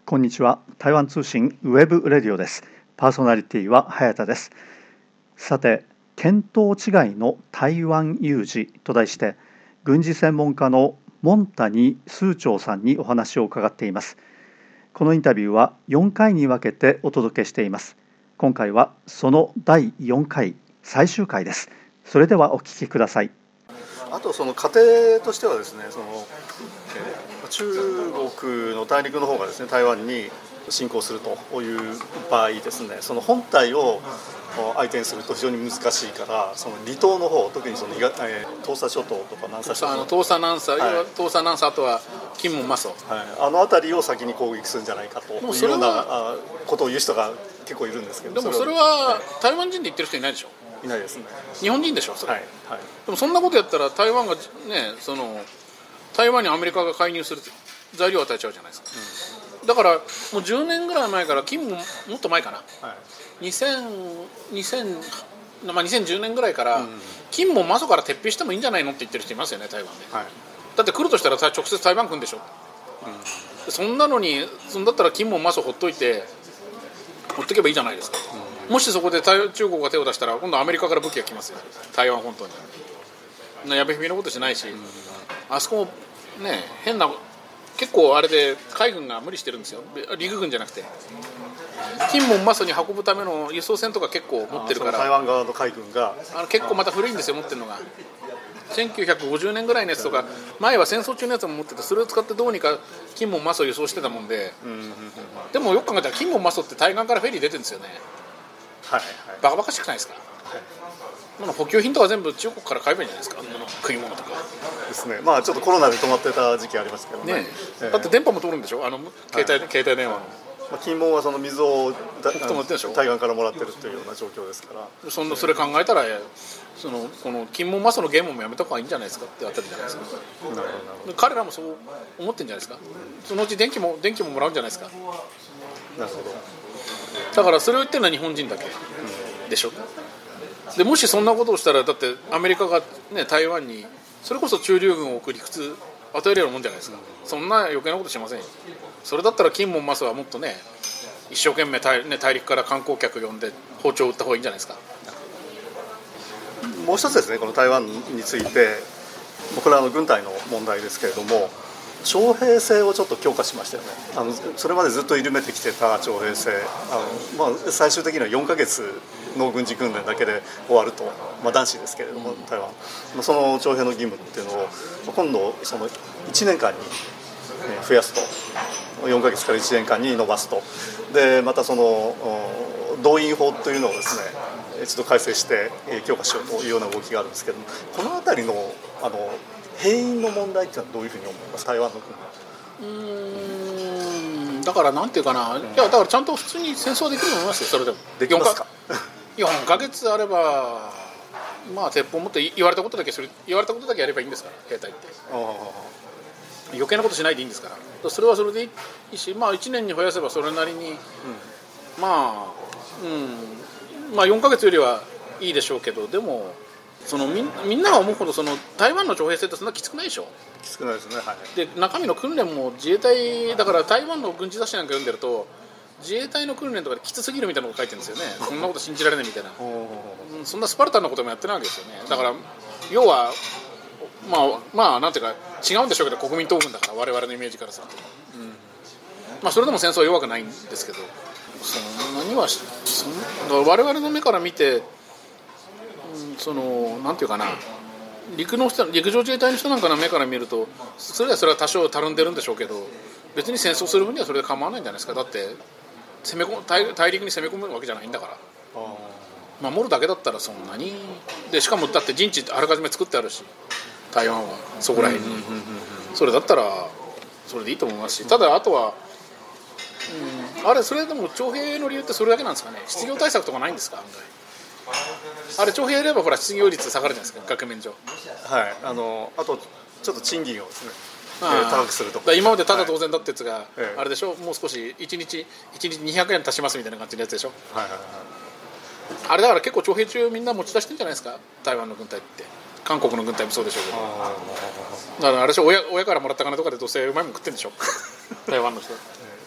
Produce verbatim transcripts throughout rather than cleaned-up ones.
こんにちは。台湾通信ウェブレディオです。パーソナリティは早田です。さて、見当違いの台湾有事と題して、軍事専門家の門谷崇長さんにお話を伺っています。このインタビューはよんかいに分けてお届けしています。今回はそのだいよんかい最終回です。それではお聞きください。 あとその過程としてはですね、その、えー、中国の大陸の方がですね、台湾に侵攻するという場合ですね、その本体を相手にすると非常に難しいから、その離島の方、特にその、えー、東沙諸島とか南沙諸島、 東沙南沙、 はい、 東沙南沙、あとは金門馬祖、 はい、あの辺りを先に攻撃するんじゃないかというようなことを言う人が結構いるんですけど、 でもそれは台湾人で言ってる人いないでしょ。 いないですね。 日本人でしょそれ、 はいはい、 でもそんなことやったら台湾がね、その台湾にアメリカが介入する材料を与えちゃうじゃないですか、うん、だからもうじゅうねんぐらい前から金ももっと前かな、はい、にせん、にせん、まあ、にせんじゅうねんぐらいから、うん、金も馬祖から撤兵してもいいんじゃないのって言ってる人いますよね台湾で、はい、だって来るとしたら直接台湾来るんでしょ、うん、そんなのにそんだったら金も馬祖ほっといてほっとけばいいじゃないですか、うん、もしそこで中国が手を出したら今度アメリカから武器が来ますよ台湾本島に。やべひみのことしないし、うん、あそこね変な結構あれで海軍が無理してるんですよ、陸軍じゃなくて金門馬祖に運ぶための輸送船とか結構持ってるから、 台湾側の海軍があの結構また古いんですよ持ってるのがせんきゅうひゃくごじゅうねんぐらいのやつとか前は戦争中のやつも持っててそれを使ってどうにか金門馬祖輸送してたもんで、うんうんうん、でもよく考えたら金門馬祖って対岸からフェリー出てるんですよね、はいはい、バカバカしくないですか、はい補給品とか全部中国から買えばいいんじゃないですか、食い物とかですね。まあちょっとコロナで止まってた時期ありますけど ね, ね、 えー、だって電波も通るんでしょあの携帯、はい、携帯電話の、 まあ、金門はその水を対岸からもらってるというような状況ですから、 そ, のそれ考えたらそのこの金門馬祖のゲームもやめた方がいいんじゃないですかってあったりじゃないですか。なるほど。彼らもそう思ってるんじゃないですか。そのうち電気も電気ももらうんじゃないですか。 なるほど。 だからそれを言ってるのは日本人だけ、うん、でしょ。でもしそんなことをしたらだってアメリカが、ね、台湾にそれこそ駐留軍を送り理屈与えるようなもんじゃないですか、うん、そんな余計なことしませんよ。それだったら金門馬祖はもっとね一生懸命 大,、ね、大陸から観光客呼んで包丁を売った方がいいんじゃないですか。 もう一つですね、この台湾についてこれはあの軍隊の問題ですけれども徴兵制をちょっと強化しましたよね。あのそれまでずっと緩めてきてた徴兵制あの、まあ、最終的にはよんかげつの軍事訓練だけで終わると、まあ、男子ですけれども台湾その徴兵の義務っていうのを今度そのいちねんかんに増やすとよんかげつからいちねんかんに延ばすとでまたその動員法というのをですね一度改正して強化しようというような動きがあるんですけどもこのあたりのあの兵員の問題ってのはどういうふうに思います台湾の国は。うーんだからなんていうかな、うん、いやだからちゃんと普通に戦争できると思いますよ。それでもできますかよんかげつあればまあ鉄砲持って言われたことだけする言われたことだけやればいいんですから兵隊って余計なことしないでいいんですからそれはそれでいいしまあいちねんに増やせばそれなりに、うん、まあうんまあよんかげつよりはいいでしょうけどでもその み, みんなが思うほどその台湾の徴兵制ってそんなきつくないでしょ。 きつくないですね、はい、 で中身の訓練も自衛隊だから台湾の軍事雑誌なんか読んでると自衛隊の訓練とかできつすぎるみたいなのが書いてるんですよねそんなこと信じられないみたいなそんなスパルタンなこともやってないわけですよね。だから要はまあまあなんていうか違うんでしょうけど国民党軍だから我々のイメージからすると、うんまあ、それでも戦争は弱くないんですけどそんなにはそん我々の目から見てそのなんていうかな 陸, の人陸上自衛隊の人なんかの目から見るとそれはそれは多少たるんでるんでしょうけど別に戦争する分にはそれで構わないんじゃないですか。だって攻め込 大, 大陸に攻め込むわけじゃないんだから守るだけだったらそんなにでしかもだって陣地あらかじめ作ってあるし台湾はそこら辺にそれだったらそれでいいと思いますしただあとは、うん、あれそれでも徴兵の理由ってそれだけなんですかね。失業対策とかないんですか案外あれ徴兵やればほら失業率下がるじゃないですか額面上。 はいあのあとちょっと賃金をですね高くするとか今までただ当然だってやつが、はい、あれでしょもう少しいちにちいちにちにひゃくえん足しますみたいな感じのやつでしょ、はいはいはい、あれだから結構徴兵中みんな持ち出してるんじゃないですか台湾の軍隊って韓国の軍隊もそうでしょうけどだからあれでしょ 親, 親からもらった金とかでどうせうまいもん食ってるんでしょ台湾の人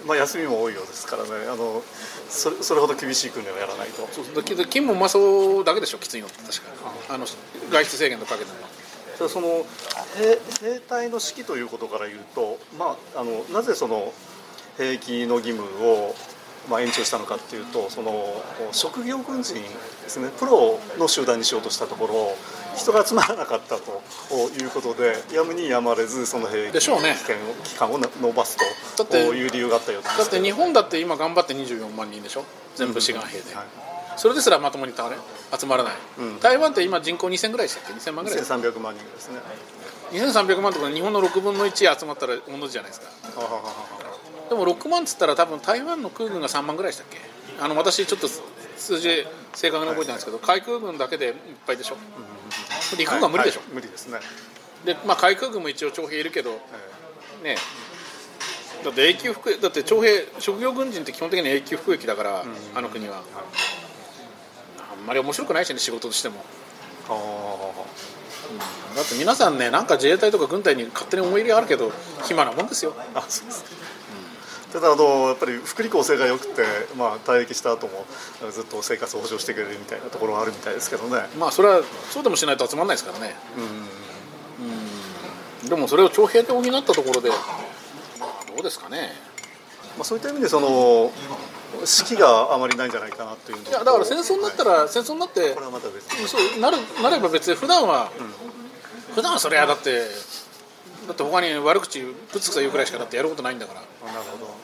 まあ、休みも多いようですからね、あの そ, れそれほど厳しい訓練をやらないと。 そうそう、勤務もそうだけでしょ、きついのって確か、あの外出制限とかけてるのは。 ただその兵兵隊の士気ということから言うと、まあ、あのなぜその兵役の義務を、まあ、延長したのかっていうと、その職業軍人ですね、プロの集団にしようとしたところ人が集まらなかったということで、やむにやまれずその兵役の期間を、期間を延ばすという理由があったようです。 だって日本だって今頑張ってにじゅうよんまんにんでしょ、全部志願兵で、うんはい、それですらまともに集まらない、うん、台湾って今人口にせんぐらいでしたっけ、にせんまんぐらい、 にせんさんびゃくまんにんですね。 にせんさんびゃくまんとか日本のろくぶんのいち集まったら同じじゃないですか。でもろくまんっつったら多分台湾の空軍がさんまんぐらいでしたっけ。あの私ちょっと数字正確に覚えてないんですけど、はい、海空軍だけでいっぱいでしょ、うん、陸軍は無理でしょ、 はいはい、無理ですね。 で、まあ、海空軍も一応徴兵いるけど、はい、ね、だって永久服役だって徴兵職業軍人って基本的に永久服役だから、うん、あの国は、はい、あんまり面白くないしね、仕事としても。あ、うん、だって皆さんね、なんか自衛隊とか軍隊に勝手に思い入れがあるけど暇なもんですよ。 あ、そうです、うん、ただあのやっぱり福利厚生が良くて、まあ、退役した後もずっと生活を保障してくれるみたいなところがあるみたいですけどね。 まあそれはそうでもしないと集まらないですからね。うん、うん、でもそれを徴兵で補ったところで、まあ、どうですかね。 まあ、そういった意味でその士気があまりないんじゃないかなというのと、いやだから戦争になったら、はい、戦争になってこれはまた別にそうなるなれば別に普段は、うん、普段はそれはだってだって他に悪口ぶつくさ言うくらいしかだってやることないんだから。なるほど、うん、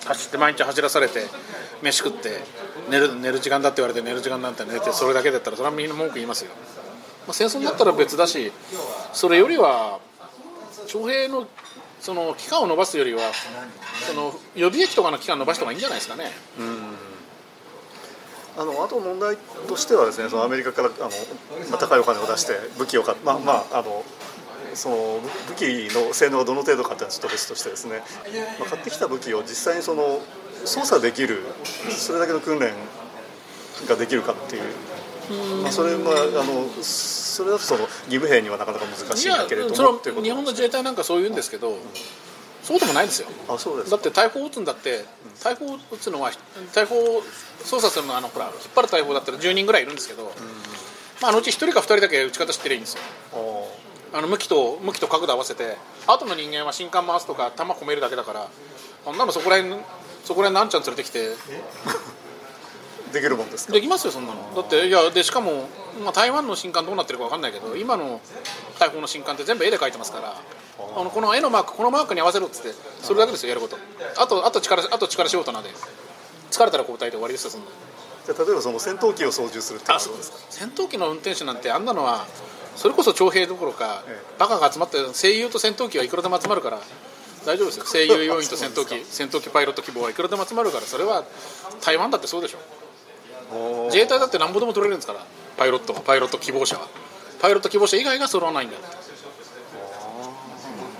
走って毎日走らされて飯食って寝る寝る時間だって言われて寝る時間なんて寝てそれだけだったらそれはみんな文句言いますよ。まあ、戦争になったら別だし、それよりは徴兵のその期間を延ばすよりはその予備役とかの期間を延ばした方がいいんじゃないですかね。うん、 あのあと問題としてはですね、そのアメリカからあの、まあ、高いお金を出して武器を買って、まあまああのその武器の性能がどの程度かっていうのはちょっと別としてですね、まあ、買ってきた武器を実際にその操作できるそれだけの訓練ができるかっていう、まあ、それはあのそれだとその義務兵にはなかなか難しいんだけれども、 その日本の自衛隊なんかそう言うんですけど、うん、そうでもないんですよ。 あ、そうです。 だって大砲を撃つんだって大砲を撃つのは大砲を操作するのはあのほら引っ張る大砲だったらじゅうにんぐらいいるんですけど、うん、まあ、あのうちひとりかふたりだけ撃ち方知ってりゃいいんですよ。あの向きと向きと角度合わせて、あとの人間は新艦回すとか弾込めるだけだから、こんなのそこら辺そこら辺なんちゃん連れてきてできるもんですか。 できますよそんなの。だっていやでしかも、まあ、台湾の新艦どうなってるか分かんないけど、今の大砲の新艦って全部絵で描いてますから、あのこの絵のマークこのマークに合わせろっつってそれだけですよやること。あとあと力あと力仕事なんで疲れたら交代で終わりですよそんな。 じゃあ例えばその戦闘機を操縦するってことですか。 戦闘機の運転手なんてあんなのはそれこそ徴兵どころか、ええ、バカが集まって声優と戦闘機はいくらでも集まるから大丈夫ですよ。声優要員と戦闘機戦闘機パイロット希望はいくらでも集まるから、それは台湾だってそうでしょ。自衛隊だって何ぼでも取れるんですから、パイロットパイロット希望者はパイロット希望者以外が揃わないんだって、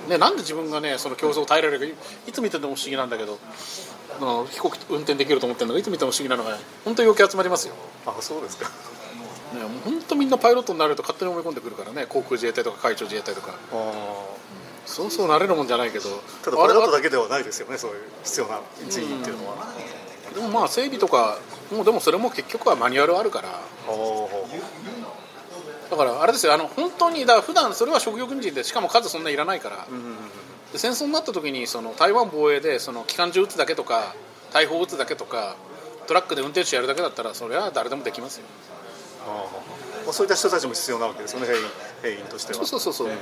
ね、なんで自分がねその競争を耐えられるかいつ見てても不思議なんだけど、飛行機運転できると思ってるのがいつ見ても不思議なのが本当に余計集まりますよ。 あ、そうですか。 ね、もう本当みんなパイロットになると勝手に思い込んでくるからね、航空自衛隊とか海上自衛隊とか。あ、うん、そうそうなれるもんじゃないけど、 ただパイロットだけではないですよね、そういう必要な人員っていうのは。 でもまあ整備とかもうでもそれも結局はマニュアルあるから、だからあれですよ、あの本当にだから普段それは職業軍人でしかも数そんないらないから、うんうんうん、で戦争になった時にその台湾防衛でその機関銃撃つだけとか大砲撃つだけとかトラックで運転手やるだけだったらそれは誰でもできますよ。 あ、まあ、そういった人たちも必要なわけですよね、兵員、兵員としては。 そうそうそうそう、うん、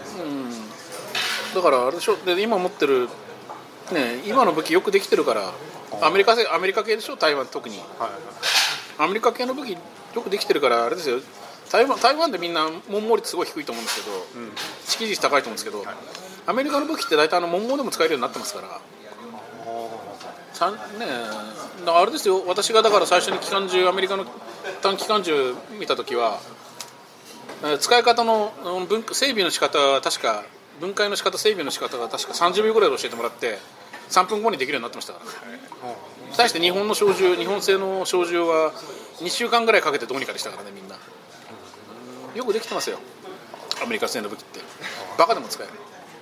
だからあれでしょ、で今持ってる、ね、今の武器よくできてるからアメリカアメリカ系でしょ台湾特に、はいはい、アメリカ系の武器よくできてるからあれですよ、台湾、台湾でみんな文盲率すごい低いと思うんですけど、うん、識字率高いと思うんですけど、はい、アメリカの武器って大体あの文盲でも使えるようになってますから、さ、ね、だからあれですよ、私がだから最初に機関銃アメリカの短機関銃見たときは使い方の分整備の仕方は確か分解の仕方整備の仕方が確かさんじゅうびょうぐらいで教えてもらってさんぷんごにできるようになってましたから、ね、うん、対して日本の小銃日本製の小銃はにしゅうかんぐらいかけてどうにかでしたからね、みんなよくできてますよアメリカ製の武器ってバカでも使える。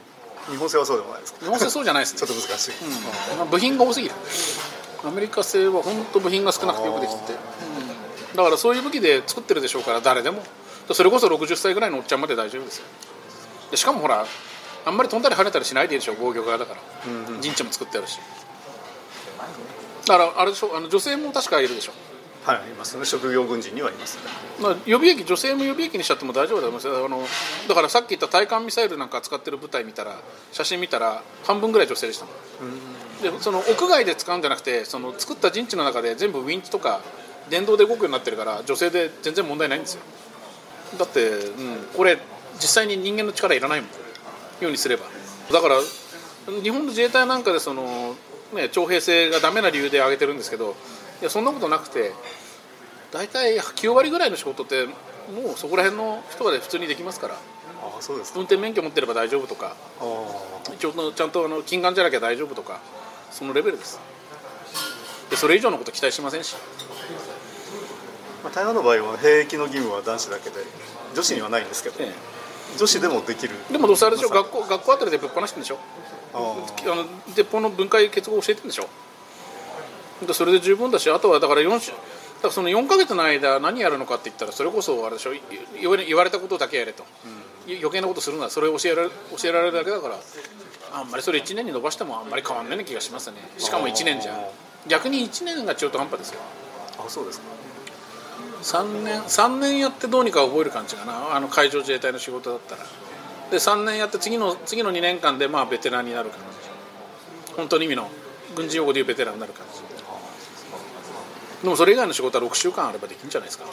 日本製はそうでもないですか。 日本製そうじゃないですねちょっと難しい、 うんまあ、部品が多すぎる。アメリカ製は本当部品が少なくてよくできてて、うん、だからそういう武器で作ってるでしょうから、誰でもそれこそろくじゅっさいぐらいのおっちゃんまで大丈夫ですよ。でしかもほらあんまり飛んだり跳ねたりしないでいいでしょ、防御側だから、うんうん、陣地も作ってあるし。だからあれでしょ、あの女性も確かいるでしょ。 はい、いますね。職業軍人にはいますね。 まあ、予備役、女性も予備役にしちゃっても大丈夫だと思いますよ。あのだからさっき言った対艦ミサイルなんか使ってる部隊見たら、写真見たら半分ぐらい女性でしたもん。うんでその屋外で使うんじゃなくて、その作った陣地の中で全部ウィンチとか電動で動くようになってるから、女性で全然問題ないんですよ。だって、うん、これ実際に人間の力いらないもん、ようにすれば。だから日本の自衛隊なんかでその、ね、徴兵制がダメな理由で挙げてるんですけど、いやそんなことなくて、大体きゅうわりぐらいの仕事ってもうそこら辺の人がで普通にできますから。 あ、そうですか。 運転免許持ってれば大丈夫とか、あちょちゃんとあの金眼じゃなきゃ大丈夫とか、そのレベルです。でそれ以上のこと期待しませんし、 まあ、台湾の場合は兵役の義務は男子だけで女子にはないんですけど、ええ、女子でもできる。 でもどうせあれでしょ、学校、学校あたりでぶっ放してるんでしょ。ああの鉄砲の分解結合を教えてるんでしょ。でそれで十分だし、あとはだからよん週だからそのよんかげつの間何やるのかって言ったら、それこそあれでしょ、言われたことだけやれと、うん、余計なことするならそれを教えられ、教えられるだけだから、あんまりそれいちねんに延ばしてもあんまり変わんない気がしますね。しかもいちねんじゃ逆にいちねんが中途半端ですよ。 あ、そうですか。 さんねん、さんねんやってどうにか覚える感じかな、あの海上自衛隊の仕事だったら。でさんねんやって次の次のにねんかんでまあベテランになる感じ、本当に意味の軍事用語でいうベテランになる感じ。でもそれ以外の仕事はろくしゅうかんあればできるんじゃないですか。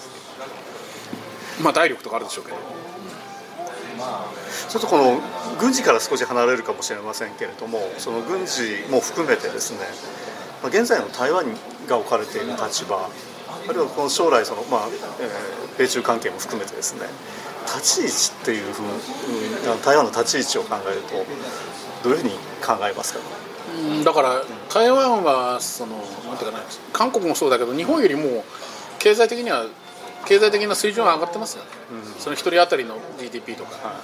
まあ体力とかあるでしょうけど、 ちょっとこの軍事から少し離れるかもしれませんけれども、その軍事も含めてですね、現在の台湾が置かれている立場、あるいはこの将来その、まあえー、米中関係も含めてですね、立ち位置っていうふうに台湾の立ち位置を考えるとどういうふうに考えますか。 だから台湾はそのなんていうかな、韓国もそうだけど日本よりも経済的には経済的な水準は上がってますよね、うん、その一人当たりの ジーディーピー とか、はい、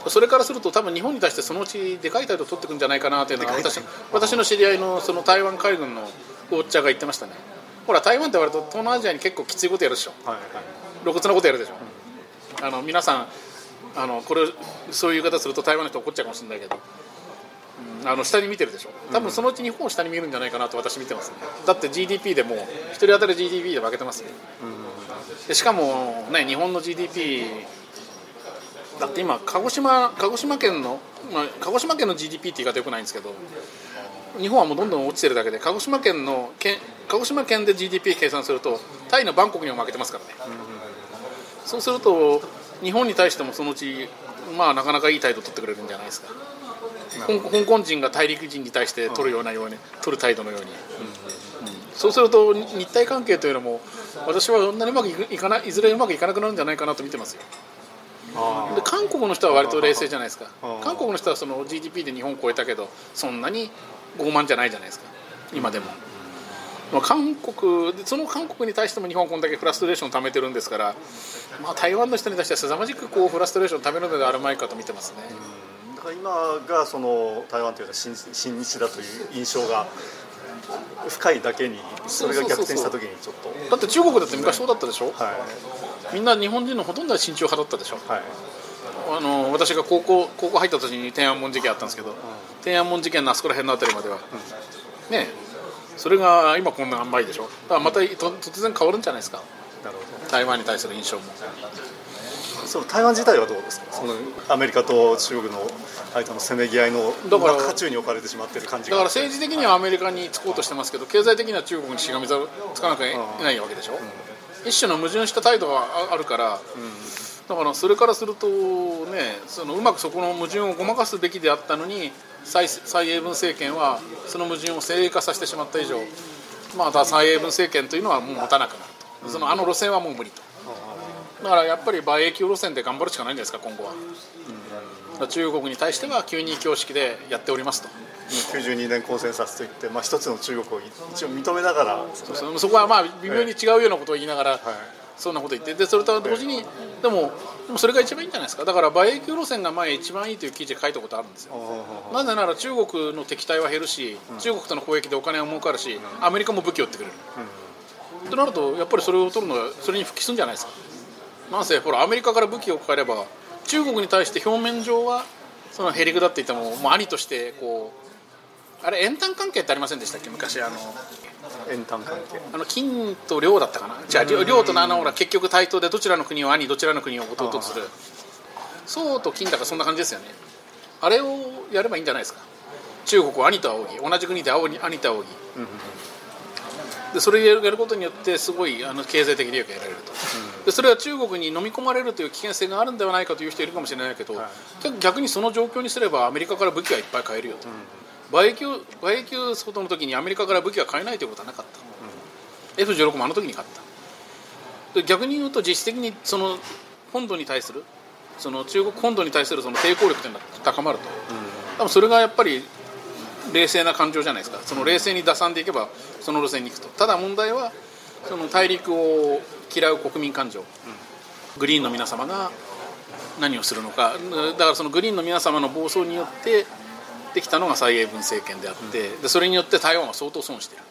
それからすると多分日本に対してそのうちでかい態度を取っていくんじゃないかなというのは 私, 私の知り合い の, その台湾海軍のウォッチャーが言ってましたね。ほら台湾って割と東南アジアに結構きついことやるでしょ、はいはい、露骨なことやるでしょ、うん、あの皆さんあのこれそういう言い方すると台湾の人怒っちゃうかもしれないけど、あの下に見てるでしょ。多分そのうち日本を下に見るんじゃないかなと私見てますね。だって ジーディーピー でも一人当たり ジーディーピー で負けてますね、うん、でしかもね日本の ジーディーピー だって今鹿児島鹿児島県の、まあ、鹿児島県の ジーディーピー って言い方よくないんですけど、日本はもうどんどん落ちてるだけで、鹿児島県の県鹿児島県で ジーディーピー 計算するとタイのバンコクにも負けてますからね、うん、そうすると日本に対してもそのうちまあなかなかいい態度を取ってくれるんじゃないですか。香港人が大陸人に対して取るようなように、取る態度のように、うんうん、そうすると日台関係というのも私はそんなにうまくいかない、いずれうまくいかなくなるんじゃないかなと見てますよ。で韓国の人は割と冷静じゃないですか。韓国の人はその ジーディーピー で日本を超えたけどそんなに傲慢じゃないじゃないですか今でも、まあ、韓国でその韓国に対しても日本はこんだけフラストレーションを溜めてるんですから、まあ、台湾の人に対しては凄まじくこうフラストレーションを溜めるのであるまいかと見てますね、 うん、だから今がその台湾というのは親日だという印象が深いだけにそれが逆転した時にちょっとだって中国だって昔そうだったでしょ、 はい、 みんな日本人のほとんどは親中派だったでしょ、はい、あの私が高校、高校入った時に天安門事件あったんですけど、うん、天安門事件のあそこら辺のあたりまでは、うん、ねそれが今こんな甘いでしょ。だからまた突然変わるんじゃないですか。なるほど。台湾に対する印象も。 その台湾自体はどうですか。そのアメリカと中国の間のせめぎ合いの中中に置かれてしまっている感じが。だから政治的にはアメリカにつこうとしてますけど、経済的には中国にしがみつかなきゃいけないわけでしょ、うん、一種の矛盾した態度があるから、うん、だからそれからするとね、そのうまくそこの矛盾をごまかすべきであったのに蔡英文政権はその矛盾を正義化させてしまった以上、まあ、蔡英文政権というのはもう持たなくなると、うん、そのあの路線はもう無理と。だからやっぱり馬英九路線で頑張るしかないんじゃないですか今後は、うん、中国に対してはきゅうに形式でやっておりますと。 きゅうじゅうにねんコンセンサスといって、まあ、一つの中国を一応認めながらそ, そ, そこはまあ微妙に違うようなことを言いながら、えーはい、そんなこと言って、でそれと同時にでもでもそれが一番いいんじゃないですか。だから馬英九路線が前一番いいという記事で書いたことあるんですよ。なぜなら中国の敵対は減るし、うん、中国との交易でお金は儲かるし、アメリカも武器を売ってくれる、うん、となるとやっぱりそれを取るのはそれに復帰するんじゃないですか。なんせほらアメリカから武器を買えれば中国に対して表面上はそのへりくだっていても、もう兄としてこうあれ円単関係ってありませんでしたっけ昔。あの円単関係あの金と領だったかな。じゃあ領とあのほら結局対等でどちらの国を兄どちらの国を弟とする、宋と金だかそんな感じですよね。あれをやればいいんじゃないですか。中国は兄と仰ぎ、同じ国で兄と仰ぎ、うん、でそれをやることによってすごいあの経済的利益が得られると、うん、でそれは中国に飲み込まれるという危険性があるんではないかという人いるかもしれないけど、はい、逆にその状況にすればアメリカから武器はいっぱい買えるよと、うん、馬英九馬英九騒動の時にアメリカから武器は買えないということはなかった、うん、エフじゅうろく もあの時に買った。で逆に言うと実質的にその本土に対するその中国本土に対するその抵抗力というのが高まると、うん、多分それがやっぱり冷静な感情じゃないですか。その冷静に打算でいけばその路線に行くと。ただ問題はその大陸を嫌う国民感情、うん、グリーンの皆様が何をするのか。だからそのグリーンの皆様の暴走によってできたのが蔡英文政権であって、うん、でそれによって台湾は相当損している、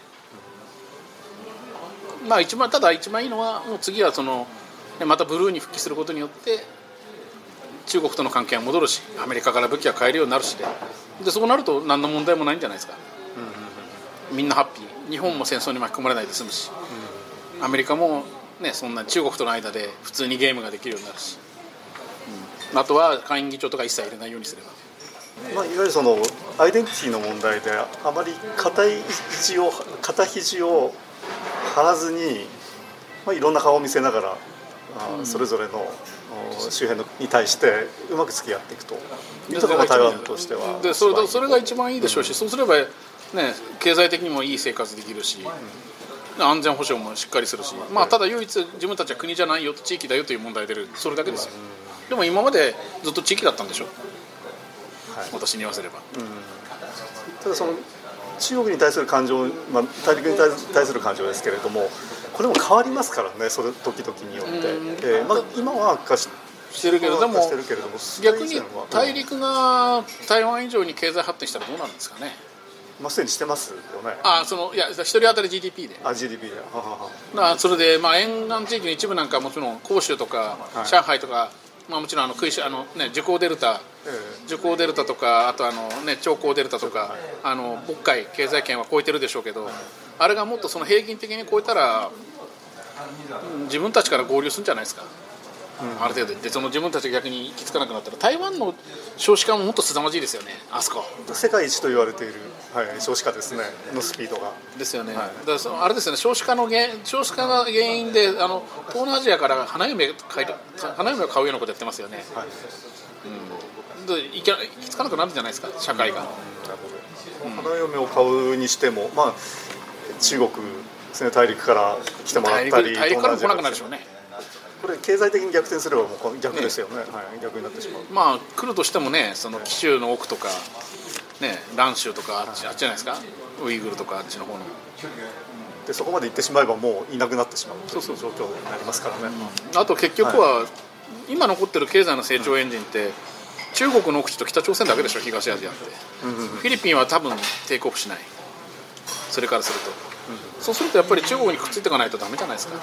うん、まあ一番ただ一番いいのはもう次はそのまたブルーに復帰することによって中国との関係は戻るし、アメリカから武器は買えるようになるしで、でそうなると何の問題もないんじゃないですか、うんうんうん、みんなハッピー。日本も戦争に巻き込まれないで済むし、うん、アメリカも、ね、そんな中国との間で普通にゲームができるようになるし、うん、あとは下院議長とか一切入れないようにすれば、 まあ、いわゆるそのアイデンティティの問題であまり肩肘を肩肘を張らずに、まあ、いろんな顔を見せながら、うん、それぞれの周辺に対してうまく付き合っていくというところが台湾としてはでそれ、それが一番いいでしょうし、うん、そうすれば、ね、経済的にもいい生活できるし、うん、安全保障もしっかりするし、まあ、ただ唯一自分たちは国じゃないよと地域だよという問題が出る、それだけですよ、うん、でも今までずっと地域だったんでしょ、はい、私に言わせれば、うん、 ただその中国に対する感情、まあ、大陸に対する感情ですけれども、これも変わりますからね、それ時々によって、えーまあ、今は悪化してるけど、でも逆に大陸が台湾以上に経済発展したらどうなんですかね。 まあ、すでにしてますよね。 あそのいや一人当たり ジーディーピー で、 あ ジーディーピー で、はははそれで、まあ、沿岸地域の一部なんかはもちろん広州とか、はい、上海とか、まあ、もちろんあの食いしあの、ね、寿光デルタ、えー、寿光デルタとか、あとあの、ね、長江デルタとか、はい、あの渤海経済圏は超えてるでしょうけど、はい、あれがもっとその平均的に超えたら自分たちから合流するんじゃないですか、うん、ある程度で、その自分たちが逆に行き着かなくなったら台湾の少子化ももっと凄まじいですよね。あそこ世界一と言われている、はい、少子化ですねのスピードがですよね、はい、だからそのあれですよね、少子化の原少子化が原因であの東南アジアから花嫁買い花嫁を買うようなことやってますよね、はい、うん、で行き着かなくなるんじゃないですか社会が、 うん、花嫁を買うにしても、まあ、中国大陸から来てもらったり、 大陸からも来なくなるでしょうね。 これ経済的に逆転すればもう逆ですよね、ね、はい、逆になってしまう。 まあ来るとしてもね、その紀州の奥とか、ね、蘭州とかあっち、あっちじゃないですか、ウイグルとかあっちの方ので、そこまで行ってしまえばもういなくなってしまうという状況になりますからね。 うん、あと結局は、はい、今残ってる経済の成長エンジンって、うん、中国の奥地と北朝鮮だけでしょ、東アジアって、うんうんうん、フィリピンは多分テイクオフしない、それからすると、うん、そうするとやっぱり中国にくっついていかないとダメじゃないですか。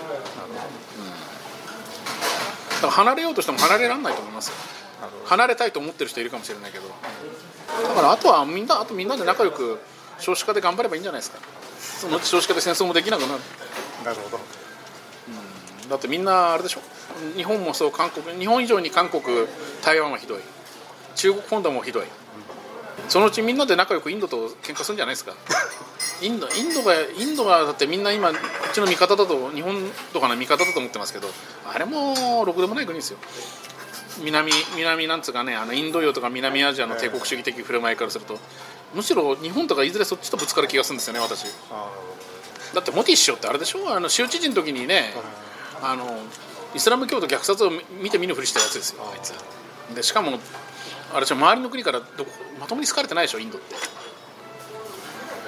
だから離れようとしても離れられないと思いますよ。離れたいと思ってる人いるかもしれないけど、だからあとはみんなあとみんなで仲良く少子化で頑張ればいいんじゃないですか。そのうち少子化で戦争もできなくなる。 なるほど、 うん、だってみんなあれでしょ、日本もそう、韓国、日本以上に韓国台湾はひどい、中国本土もひどい、うん、そのうちみんなで仲良くインドと喧嘩するんじゃないですか。インド、インドがインドがだってみんな今うちの味方だと、日本とかの味方だと思ってますけど、あれもろくでもない国ですよ。南南なんつうかね、あのインド洋とか南アジアの帝国主義的振る舞いからすると、むしろ日本とかいずれそっちとぶつかる気がするんですよね、私。だってモティ首相ってあれでしょ、あの州知事の時にね、あのイスラム教徒虐殺を見て見ぬふりしたやつですよ、あいつで。しかもあれでしょ、周りの国からどこまともに好かれてないでしょ、インドって。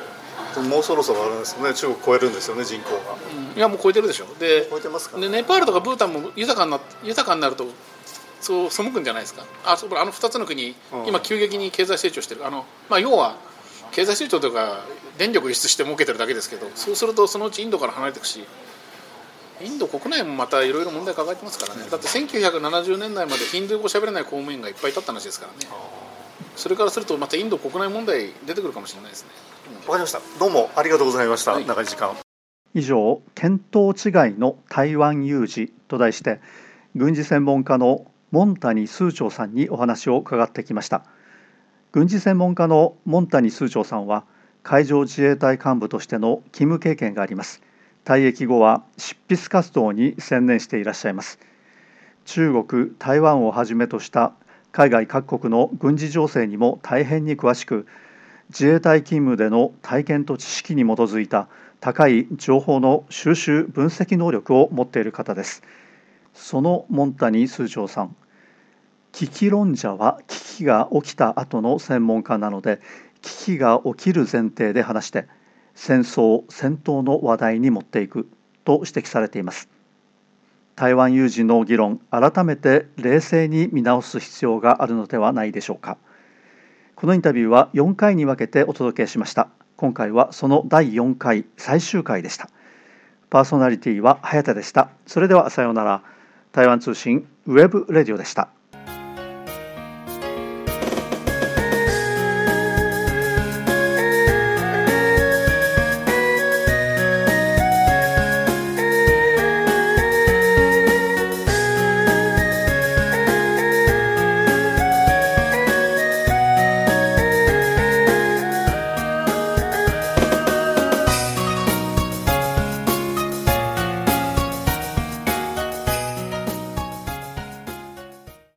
もうそろそろあれですよね、中国超えるんですよね、人口が。 うん、いやもう超えてるでしょ。で、 超えてますか、ね、 でネパールとかブータンも豊かにな豊かになるとそう背くんじゃないですか。あそあのふたつの国、うん、今急激に経済成長してる。あの、まあ、要は経済成長というか電力輸出して儲けてるだけですけど、そうするとそのうちインドから離れていくし、インド国内もまたいろいろ問題抱えてますからね。だってせんきゅうひゃくななじゅうねんだいまでヒンドゥー語喋れない公務員がいっぱいいたって話ですからね。それからするとまたインド国内問題出てくるかもしれないですね。 わ、うん、かりました。どうもありがとうございました、はい、長い時間。 以上、見当違いの台湾有事と題して軍事専門家の門谷数長さんにお話を伺ってきました。軍事専門家の門谷数長さんは海上自衛隊幹部としての勤務経験があります。退役後は執筆活動に専念していらっしゃいます。中国、台湾をはじめとした海外各国の軍事情勢にも大変に詳しく、自衛隊勤務での体験と知識に基づいた高い情報の収集分析能力を持っている方です。その門谷数長さん、危機論者は危機が起きた後の専門家なので、危機が起きる前提で話して戦争・戦闘の話題に持っていくと指摘されています。台湾有事の議論、改めて冷静に見直す必要があるのではないでしょうか。このインタビューはよんかいに分けてお届けしました。今回はそのだいよんかい最終回でした。パーソナリティは早田でした。それではさようなら。台湾通信ウェブレディオでした。